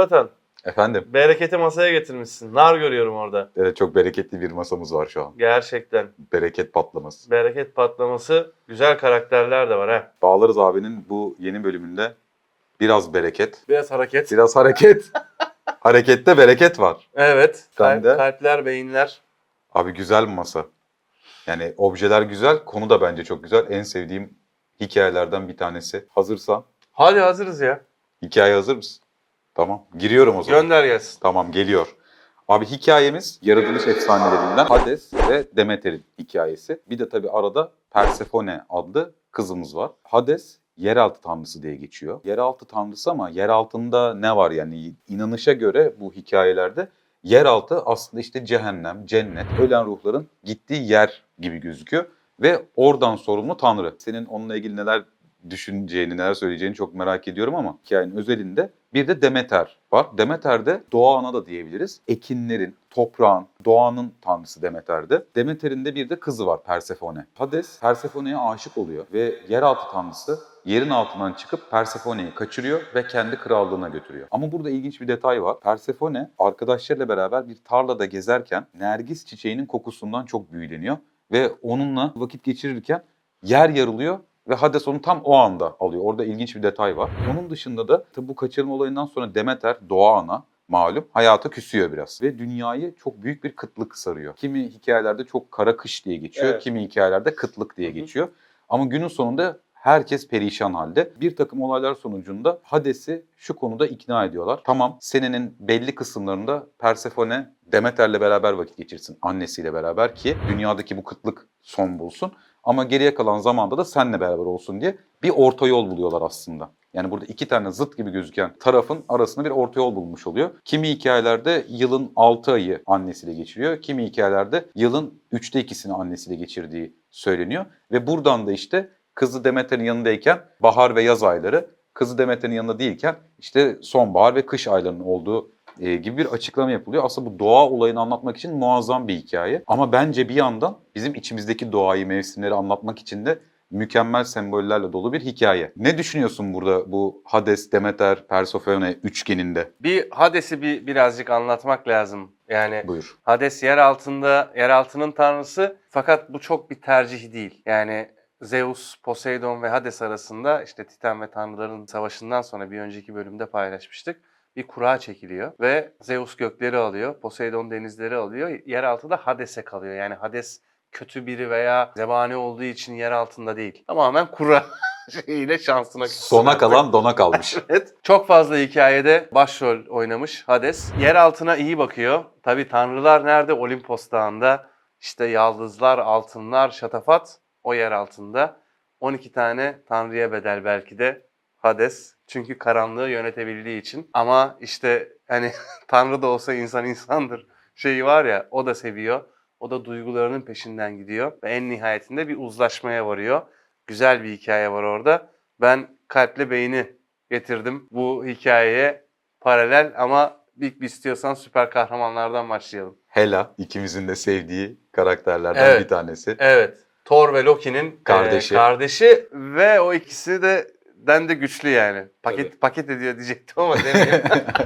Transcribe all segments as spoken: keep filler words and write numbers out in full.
Murathan, Efendim, bereketi masaya getirmişsin. Nar görüyorum orada. evet, çok bereketli bir masamız var şu an. Gerçekten. Bereket patlaması. Bereket patlaması, güzel karakterler de var ha. Bağlarız abinin bu yeni bölümünde biraz bereket, Biraz hareket. biraz hareket. Harekette bereket var. Evet. Sen Kalp, de? kalpler, beyinler. Abi güzel bir masa. Yani objeler güzel, konu da bence çok güzel. En sevdiğim hikayelerden bir tanesi. Hazırsan, Hadi hazırız ya. hikaye hazır mısın? Tamam, giriyorum o zaman. Gönder gelsin. Tamam, geliyor. Abi hikayemiz yaratılış efsanelerinden Hades ve Demeter'in hikayesi. Bir de tabii arada Persefone adlı kızımız var. Hades yeraltı tanrısı diye geçiyor. Yeraltı tanrısı ama yer altında ne var yani? İnanışa göre bu hikayelerde yeraltı aslında işte cehennem, cennet, ölen ruhların gittiği yer gibi gözüküyor. Ve oradan sorumlu tanrı. Senin onunla ilgili neler düşüneceğini, neler söyleyeceğini çok merak ediyorum ama hikayenin özelinde bir de Demeter var. Demeter de doğa ana da diyebiliriz. Ekinlerin, toprağın, doğanın tanrısı Demeter'de. Demeter'in de bir de kızı var Persefone. Hades Persefone'ye aşık oluyor ve yeraltı tanrısı yerin altından çıkıp Persefone'yi kaçırıyor ve kendi krallığına götürüyor. Ama burada ilginç bir detay var. Persefone arkadaşlarıyla beraber bir tarlada gezerken Nergis çiçeğinin kokusundan çok büyüleniyor ve onunla vakit geçirirken yer yarılıyor ve Hades onu tam o anda alıyor. Orada ilginç bir detay var. Onun dışında da tabi bu kaçırma olayından sonra Demeter, doğa ana malum hayata küsüyor biraz. Ve dünyayı çok büyük bir kıtlık sarıyor. Kimi hikayelerde çok kara kış diye geçiyor, Evet. kimi hikayelerde kıtlık diye geçiyor. Ama günün sonunda herkes perişan halde. Bir takım olaylar sonucunda Hades'i şu konuda ikna ediyorlar. Tamam, senenin belli kısımlarında Persefone Demeter'le beraber vakit geçirsin, annesiyle beraber ki dünyadaki bu kıtlık son bulsun. Ama geriye kalan zamanda da seninle beraber olsun diye bir orta yol buluyorlar aslında. Yani burada iki tane zıt gibi gözüken tarafın arasında bir orta yol bulmuş oluyor. Kimi hikayelerde yılın altı ayı annesiyle geçiriyor. Kimi hikayelerde yılın üçte ikisini annesiyle geçirdiği söyleniyor. Ve buradan da işte kızı Demeter'in yanındayken bahar ve yaz ayları, kızı Demeter'in yanında değilken işte sonbahar ve kış aylarının olduğu e, gibi bir açıklama yapılıyor. Aslında bu doğa olayını anlatmak için muazzam bir hikaye. Ama bence bir yandan bizim içimizdeki doğayı, mevsimleri anlatmak için de mükemmel sembollerle dolu bir hikaye. Ne düşünüyorsun burada bu Hades, Demeter, Persefone üçgeninde? Bir Hades'i bir birazcık anlatmak lazım. Yani Buyur. Hades yer altında, yer altının tanrısı fakat bu çok bir tercih değil. Yani Zeus, Poseidon ve Hades arasında işte Titan ve tanrıların savaşından sonra bir önceki bölümde paylaşmıştık. Bir kura çekiliyor ve Zeus gökleri alıyor, Poseidon denizleri alıyor. Yeraltı da Hades'e kalıyor. Yani Hades kötü biri veya zebani olduğu için yer altında değil. Tamamen kura şeyiyle şansına küssün Sona artık. kalan dona kalmış. Evet. Çok fazla hikayede başrol oynamış Hades. Yer altına iyi bakıyor. Tabii tanrılar nerede? Olimpos Dağı'nda. İşte yaldızlar, altınlar, şatafat o yer altında. on iki tane tanrıya bedel belki de Hades. Çünkü karanlığı yönetebildiği için. Ama işte hani tanrı da olsa insan insandır şeyi var ya, o da seviyor. O da duygularının peşinden gidiyor. Ve en nihayetinde bir uzlaşmaya varıyor. Güzel bir hikaye var orada. Ben kalple beyni getirdim bu hikayeye paralel ama ilk bir istiyorsan süper kahramanlardan başlayalım. Hela, ikimizin de sevdiği karakterlerden Evet. bir tanesi. Evet. Thor ve Loki'nin Kardeşi. e, kardeşi ve o ikisi de den de güçlü yani. Paket Tabii. paket ediyor diyecektim ama demeyeyim.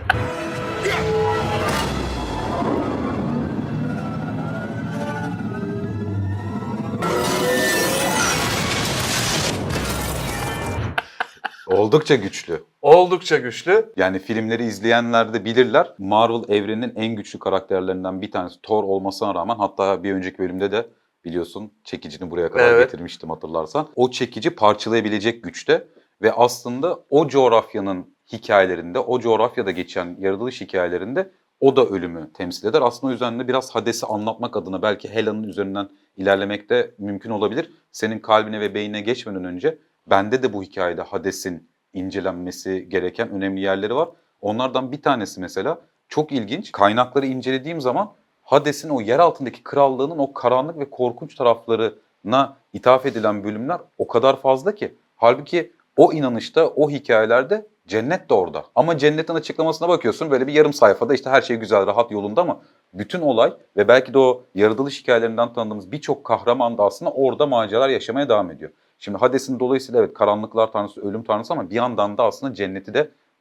Oldukça güçlü. Oldukça güçlü. Yani filmleri izleyenler de bilirler. Marvel evreninin en güçlü karakterlerinden bir tanesi Thor olmasına rağmen, hatta bir önceki bölümde de biliyorsun çekicini buraya kadar Evet. getirmiştim hatırlarsan. O çekici parçalayabilecek güçte ve aslında o coğrafyanın hikayelerinde, o coğrafyada geçen yaratılış hikayelerinde o da ölümü temsil eder. Aslında o yüzden de biraz Hades'i anlatmak adına belki Hela'nın üzerinden ilerlemek de mümkün olabilir. Senin kalbine ve beynine geçmeden önce bende de bu hikayede Hades'in incelenmesi gereken önemli yerleri var. Onlardan bir tanesi mesela çok ilginç. Kaynakları incelediğim zaman Hades'in o yer altındaki krallığının o karanlık ve korkunç taraflarına ithaf edilen bölümler o kadar fazla ki. Halbuki o inanışta, o hikayelerde cennet de orada. Ama cennetin açıklamasına bakıyorsun böyle bir yarım sayfada işte her şey güzel, rahat, yolunda ama bütün olay ve belki de o yaratılış hikayelerinden tanıdığımız birçok kahraman da aslında orada maceralar yaşamaya devam ediyor. Şimdi Hades'in dolayısıyla evet karanlıklar tanrısı, ölüm tanrısı ama bir yandan da aslında cenneti de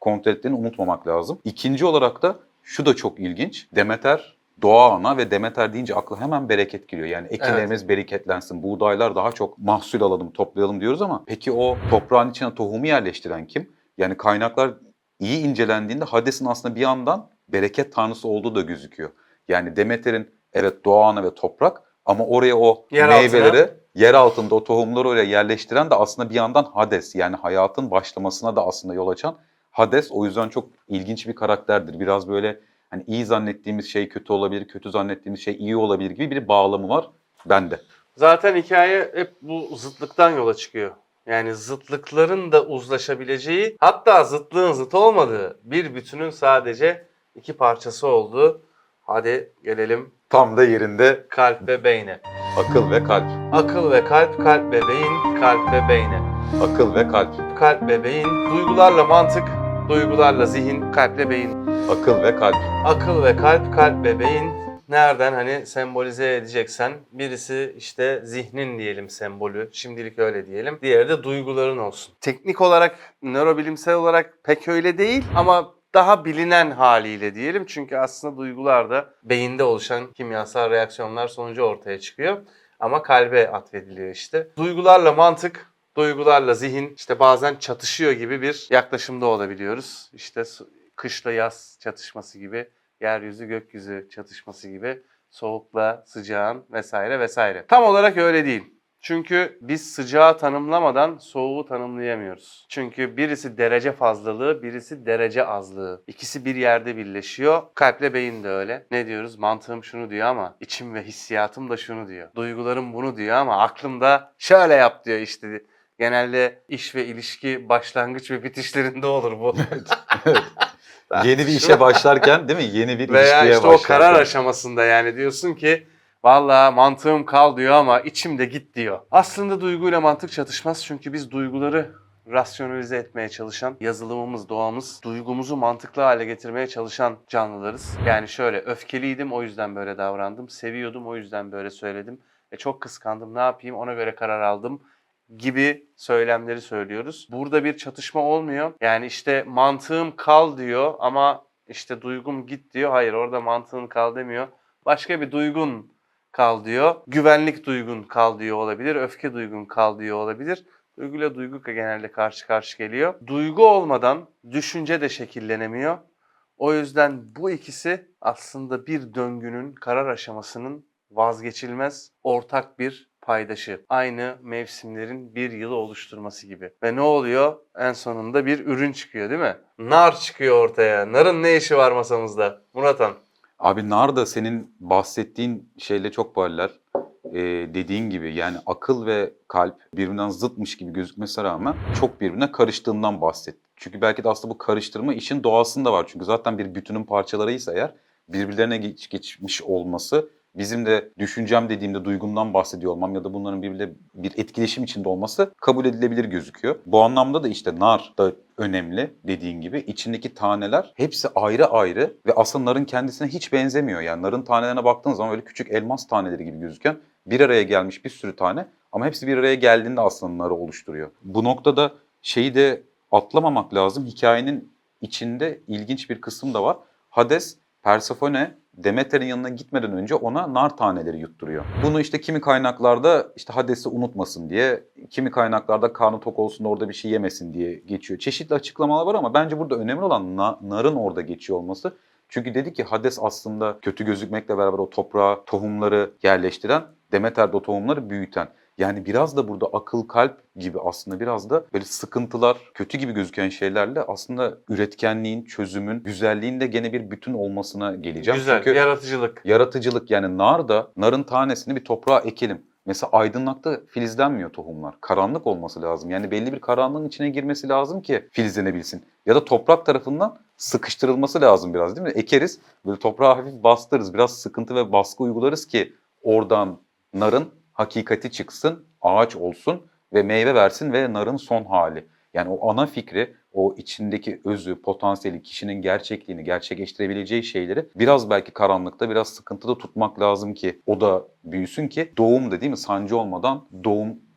kontrol ettiğini unutmamak lazım. İkinci olarak da şu da çok ilginç. Demeter doğa ana ve Demeter deyince akla hemen bereket geliyor. Yani ekinlerimiz evet. bereketlensin, buğdaylar daha çok mahsul alalım, toplayalım diyoruz ama peki o toprağın içine tohumu yerleştiren kim? Yani kaynaklar iyi incelendiğinde Hades'in aslında bir yandan bereket tanrısı olduğu da gözüküyor. Yani Demeter'in evet doğa ana ve toprak ama oraya o yer meyveleri, altına. yer altında o tohumları oraya yerleştiren de aslında bir yandan Hades. Yani hayatın başlamasına da aslında yol açan Hades. O yüzden çok ilginç bir karakterdir. Biraz böyle hani iyi zannettiğimiz şey kötü olabilir, kötü zannettiğimiz şey iyi olabilir gibi bir bağlamı var bende. Zaten hikaye hep bu zıtlıktan yola çıkıyor. Yani zıtlıkların da uzlaşabileceği, hatta zıtlığın zıt olmadığı bir bütünün sadece iki parçası olduğu. Hadi gelelim tam da yerinde kalp ve beyne. Akıl ve kalp. Akıl ve kalp, kalp ve beyin, kalp ve beyne. Akıl ve kalp. Kalp ve beyin, duygularla mantık, duygularla zihin, kalple beyin. Akıl ve kalp. Akıl ve kalp, kalp ve beyin. Nereden hani sembolize edeceksen, birisi işte zihnin diyelim sembolü, şimdilik öyle diyelim. Diğeri de duyguların olsun. Teknik olarak, nörobilimsel olarak pek öyle değil ama daha bilinen haliyle diyelim. Çünkü aslında duygular da beyinde oluşan kimyasal reaksiyonlar sonucu ortaya çıkıyor. Ama kalbe atfediliyor işte. Duygularla mantık, duygularla zihin işte bazen çatışıyor gibi bir yaklaşımda olabiliyoruz. İşte kışla yaz çatışması gibi, yeryüzü gökyüzü çatışması gibi, soğukla sıcağın vesaire vesaire. Tam olarak öyle değil. Çünkü biz sıcağı tanımlamadan soğuğu tanımlayamıyoruz. Çünkü birisi derece fazlalığı, birisi derece azlığı. İkisi bir yerde birleşiyor. Kalple beyin de öyle. Ne diyoruz? Mantığım şunu diyor ama içim ve hissiyatım da şunu diyor. Duygularım bunu diyor ama aklım da şöyle yap diyor işte. Genelde iş ve ilişki başlangıç ve bitişlerinde olur bu. Evet. Yeni bir işe başlarken değil mi? Yeni bir Veya ilişkiye işte başlarken. o karar aşamasında yani diyorsun ki vallahi mantığım kal diyor ama içim de git diyor. Aslında duyguyla mantık çatışmaz çünkü biz duyguları rasyonalize etmeye çalışan, yazılımımız, doğamız, duygumuzu mantıklı hale getirmeye çalışan canlılarız. Yani şöyle, öfkeliydim o yüzden böyle davrandım, seviyordum o yüzden böyle söyledim, e çok kıskandım ne yapayım ona göre karar aldım gibi söylemleri söylüyoruz. Burada bir çatışma olmuyor. Yani işte mantığım kal diyor ama işte duygum git diyor. Hayır, orada mantığın kal demiyor. Başka bir duygun kal diyor. Güvenlik duygun kal diyor olabilir. Öfke duygun kal diyor olabilir. Duyguyla duygu genelde karşı karşı geliyor. Duygu olmadan düşünce de şekillenemiyor. O yüzden bu ikisi aslında bir döngünün, karar aşamasının vazgeçilmez ortak bir paydaşı. Aynı mevsimlerin bir yılı oluşturması gibi. Ve ne oluyor? En sonunda bir ürün çıkıyor değil mi? Nar çıkıyor ortaya. Narın ne işi var masamızda? Muratan. Abi nar da senin bahsettiğin şeyle çok paralel. Ee, dediğin gibi yani akıl ve kalp birbirinden zıtmış gibi gözükmesine rağmen çok birbirine karıştığından bahset. Çünkü belki de aslında bu karıştırma işin doğasında var. Çünkü zaten bir bütünün parçalarıysa eğer birbirlerine geç, geçmiş olması bizim de düşüncem dediğimde duygumdan bahsediyor olmam ya da bunların birbiriyle bir etkileşim içinde olması kabul edilebilir gözüküyor. Bu anlamda da işte nar da önemli dediğin gibi. İçindeki taneler hepsi ayrı ayrı ve aslında narın kendisine hiç benzemiyor. Yani narın tanelerine baktığın zaman öyle küçük elmas taneleri gibi gözüken bir araya gelmiş bir sürü tane ama hepsi bir araya geldiğinde aslında narı oluşturuyor. Bu noktada şeyi de atlamamak lazım. Hikayenin içinde ilginç bir kısım da var. Hades, Persefone Demeter'in yanına gitmeden önce ona nar taneleri yutturuyor. Bunu işte kimi kaynaklarda işte Hades'i unutmasın diye, kimi kaynaklarda karnı tok olsun da orada bir şey yemesin diye geçiyor. Çeşitli açıklamalar var ama bence burada önemli olan na- narın orada geçiyor olması. Çünkü dedi ki Hades aslında kötü gözükmekle beraber o toprağa tohumları yerleştiren, Demeter de o tohumları büyüten. Yani biraz da burada akıl, kalp gibi aslında biraz da böyle sıkıntılar, kötü gibi gözüken şeylerle aslında üretkenliğin, çözümün, güzelliğin de gene bir bütün olmasına geleceğim. Güzel, Çünkü yaratıcılık. Yaratıcılık yani nar da, narın tanesini bir toprağa ekelim. Mesela aydınlıkta filizlenmiyor tohumlar. Karanlık olması lazım. Yani belli bir karanlığın içine girmesi lazım ki filizlenebilsin. Ya da toprak tarafından sıkıştırılması lazım biraz değil mi? Ekeriz, böyle toprağa hafif bastırırız. Biraz sıkıntı ve baskı uygularız ki oradan narın hakikati çıksın, ağaç olsun ve meyve versin ve narın son hali. Yani o ana fikri, o içindeki özü, potansiyeli, kişinin gerçekliğini, gerçekleştirebileceği şeyleri biraz belki karanlıkta, biraz sıkıntıda tutmak lazım ki o da büyüsün ki doğum da değil mi sancı olmadan doğum da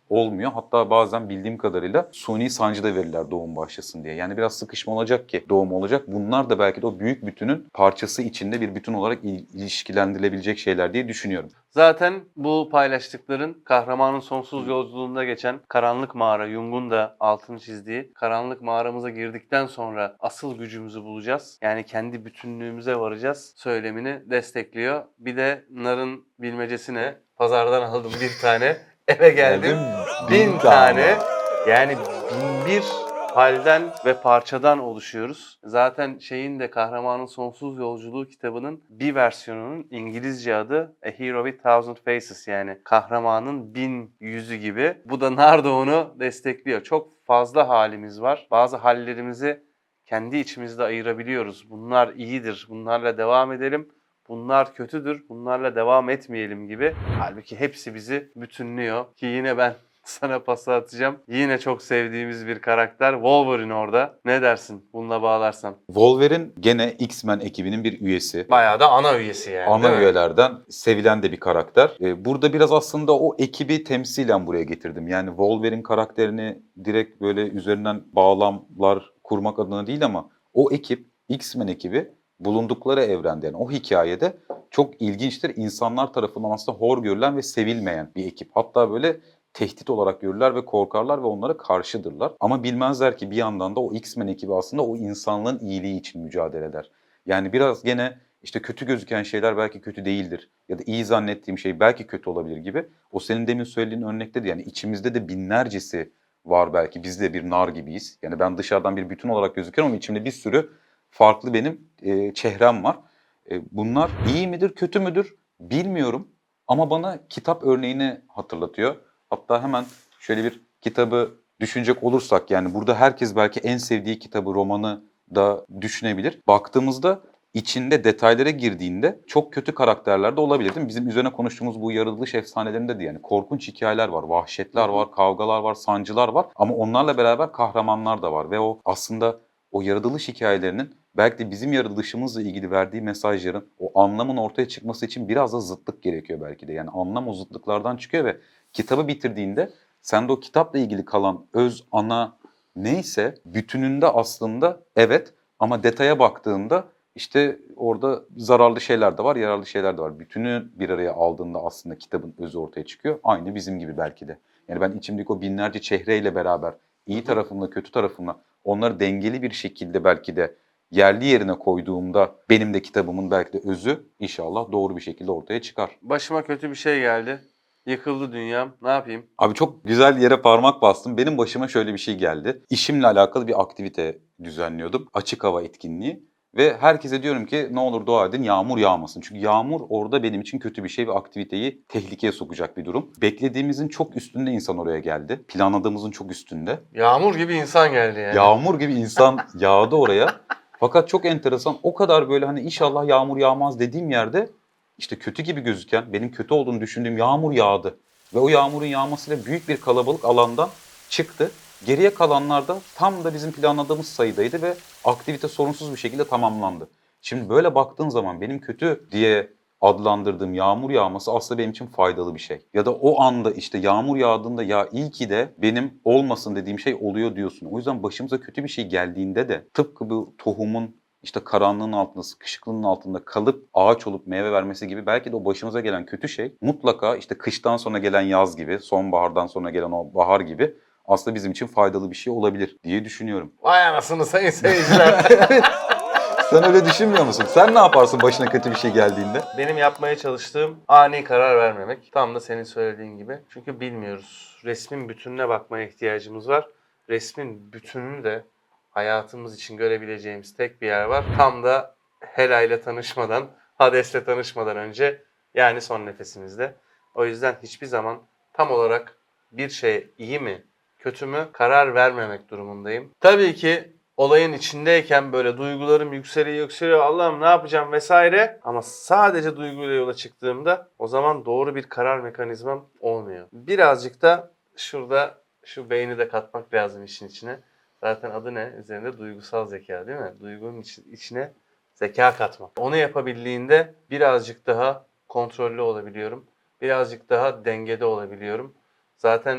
olmuyor. Hatta bazen bildiğim kadarıyla suni sancı da verirler doğum başlasın diye. Yani biraz sıkışma olacak ki doğum olacak. Bunlar da belki de o büyük bütünün parçası içinde bir bütün olarak il- ilişkilendirilebilecek şeyler diye düşünüyorum. Zaten bu paylaştıkların kahramanın sonsuz yolculuğunda geçen karanlık mağara, Jung'un da altını çizdiği karanlık mağaramıza girdikten sonra asıl gücümüzü bulacağız. Yani kendi bütünlüğümüze varacağız söylemini destekliyor. Bir de narın bilmecesine pazardan aldım bir tane. Eve geldim bin, bin tane. Yani bin bir halden ve parçadan oluşuyoruz. Zaten şeyin de Kahramanın Sonsuz Yolculuğu kitabının bir versiyonunun İngilizce adı A Hero with Thousand Faces, yani kahramanın bin yüzü gibi. Bu da Nardo onu destekliyor. Çok fazla halimiz var. Bazı hallerimizi kendi içimizde ayırabiliyoruz. Bunlar iyidir, bunlarla devam edelim. Bunlar kötüdür, bunlarla devam etmeyelim gibi. Halbuki hepsi bizi bütünlüyor. Ki yine ben sana pası atacağım. Yine çok sevdiğimiz bir karakter Wolverine orada. Ne dersin bununla bağlarsan? Wolverine gene X-Men ekibinin bir üyesi. Bayağı da ana üyesi yani, Ana değil mi? üyelerden sevilen de bir karakter. Ee, Burada biraz aslında o ekibi temsilen buraya getirdim. Yani Wolverine karakterini direkt böyle üzerinden bağlamlar kurmak adına değil ama o ekip, X-Men ekibi bulundukları evrende, yani o hikayede çok ilginçtir. İnsanlar tarafından aslında hor görülen ve sevilmeyen bir ekip. Hatta böyle tehdit olarak görürler ve korkarlar ve onlara karşıdırlar. Ama bilmezler ki bir yandan da o X-Men ekibi aslında o insanlığın iyiliği için mücadele eder. Yani biraz gene işte kötü gözüken şeyler belki kötü değildir ya da iyi zannettiğim şey belki kötü olabilir gibi. O senin demin söylediğin örnekte de yani içimizde de binlercesi var belki. Biz de bir nar gibiyiz. Yani ben dışarıdan bir bütün olarak gözüküyorum ama içimde bir sürü farklı benim e, çehrem var. E, bunlar iyi midir, kötü müdür bilmiyorum ama bana kitap örneğini hatırlatıyor. Hatta hemen şöyle bir kitabı düşünecek olursak, yani burada herkes belki en sevdiği kitabı, romanı da düşünebilir. Baktığımızda içinde detaylara girdiğinde çok kötü karakterler de olabilir değil mi? Bizim üzerine konuştuğumuz bu yaratılış efsanelerinde de yani korkunç hikayeler var, vahşetler var, kavgalar var, sancılar var ama onlarla beraber kahramanlar da var ve o aslında o yaratılış hikayelerinin belki de bizim yaratılışımızla ilgili verdiği mesajların, o anlamın ortaya çıkması için biraz da zıtlık gerekiyor belki de. Yani anlam o zıtlıklardan çıkıyor ve kitabı bitirdiğinde sende o kitapla ilgili kalan öz, ana neyse bütününde aslında evet, ama detaya baktığında işte orada zararlı şeyler de var, yararlı şeyler de var. Bütünü bir araya aldığında aslında kitabın özü ortaya çıkıyor. Aynı bizim gibi belki de. Yani ben içimdeki o binlerce çehreyle beraber iyi tarafımla kötü tarafımla onları dengeli bir şekilde belki de yerli yerine koyduğumda benim de kitabımın belki de özü inşallah doğru bir şekilde ortaya çıkar. Başıma kötü bir şey geldi. Yıkıldı dünyam. Ne yapayım? Abi çok güzel yere parmak bastım. Benim başıma şöyle bir şey geldi. İşimle alakalı bir aktivite düzenliyordum. Açık hava etkinliği. Ve herkese diyorum ki ne olur dua edin yağmur yağmasın. Çünkü yağmur orada benim için kötü bir şey ve aktiviteyi tehlikeye sokacak bir durum. Beklediğimizin çok üstünde insan oraya geldi. Planladığımızın çok üstünde. Yağmur gibi insan geldi yani. Yağmur gibi insan yağdı oraya. Fakat çok enteresan, o kadar böyle hani inşallah yağmur yağmaz dediğim yerde işte kötü gibi gözüken, benim kötü olduğunu düşündüğüm yağmur yağdı. Ve o yağmurun yağmasıyla büyük bir kalabalık alandan çıktı. Geriye kalanlar da tam da bizim planladığımız sayıdaydı ve aktivite sorunsuz bir şekilde tamamlandı. Şimdi böyle baktığın zaman benim kötü diye adlandırdığım yağmur yağması aslında benim için faydalı bir şey. Ya da o anda işte yağmur yağdığında ya iyi ki de benim olmasın dediğim şey oluyor diyorsun. O yüzden başımıza kötü bir şey geldiğinde de tıpkı bu tohumun işte karanlığın altında, sıkışıklığın altında kalıp ağaç olup meyve vermesi gibi belki de o başımıza gelen kötü şey mutlaka işte kıştan sonra gelen yaz gibi, sonbahardan sonra gelen o bahar gibi aslında bizim için faydalı bir şey olabilir diye düşünüyorum. Vay anasını sayın seyirciler. Sen öyle düşünmüyor musun? Sen ne yaparsın başına kötü bir şey geldiğinde? Benim yapmaya çalıştığım ani karar vermemek. Tam da senin söylediğin gibi. Çünkü bilmiyoruz. Resmin bütününe bakmaya ihtiyacımız var. Resmin bütününü de hayatımız için görebileceğimiz tek bir yer var. Tam da Hela ile tanışmadan, Hades'le tanışmadan önce, yani son nefesimizde. O yüzden hiçbir zaman tam olarak bir şey iyi mi, kötü mü karar vermemek durumundayım. Tabii ki olayın içindeyken böyle duygularım yükseliyor yükseliyor, Allah'ım ne yapacağım vesaire. Ama sadece duyguyla yola çıktığımda o zaman doğru bir karar mekanizmam olmuyor. Birazcık da şurada şu beyni de katmak lazım işin içine. Zaten adı ne? Üzerinde duygusal zeka değil mi? Duygunun içine zeka katmak. Onu yapabildiğinde birazcık daha kontrollü olabiliyorum. Birazcık daha dengede olabiliyorum. Zaten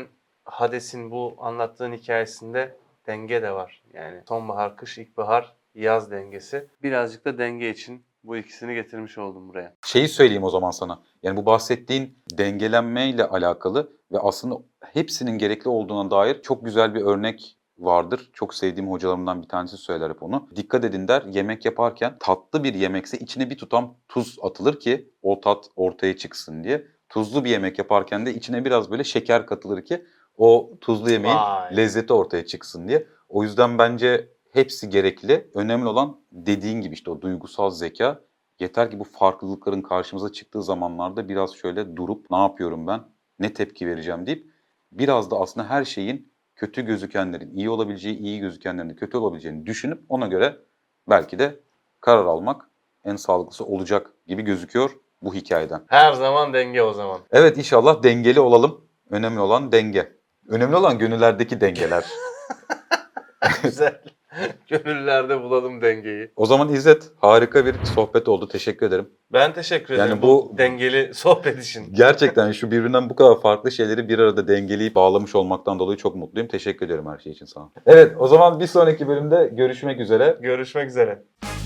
Hades'in bu anlattığın hikayesinde denge de var. Yani sonbahar, kış, ilkbahar, yaz dengesi. Birazcık da denge için bu ikisini getirmiş oldum buraya. Şeyi söyleyeyim o zaman sana. Yani bu bahsettiğin dengelenmeyle alakalı ve aslında hepsinin gerekli olduğuna dair çok güzel bir örnek vardır. Çok sevdiğim hocalarımdan bir tanesi söyler hep onu. Dikkat edin der, yemek yaparken tatlı bir yemekse içine bir tutam tuz atılır ki o tat ortaya çıksın diye. Tuzlu bir yemek yaparken de içine biraz böyle şeker katılır ki o tuzlu yemeğin Vay. lezzeti ortaya çıksın diye. O yüzden bence hepsi gerekli. Önemli olan dediğin gibi işte o duygusal zeka. Yeter ki bu farklılıkların karşımıza çıktığı zamanlarda biraz şöyle durup ne yapıyorum ben, ne tepki vereceğim deyip biraz da aslında her şeyin kötü gözükenlerin iyi olabileceği, iyi gözükenlerin de kötü olabileceğini düşünüp ona göre belki de karar almak en sağlıklısı olacak gibi gözüküyor bu hikayeden. Her zaman denge o zaman. Evet, inşallah dengeli olalım. Önemli olan denge. Önemli olan gönüllerdeki dengeler. Güzel. Gönüllerde bulalım dengeyi. O zaman İzzet, harika bir sohbet oldu. Teşekkür ederim. Ben teşekkür ederim Yani bu, bu- dengeli sohbet için. Gerçekten şu birbirinden bu kadar farklı şeyleri bir arada dengeleyip bağlamış olmaktan dolayı çok mutluyum. Teşekkür ediyorum her şey için sana. Evet, o zaman bir sonraki bölümde görüşmek üzere. Görüşmek üzere.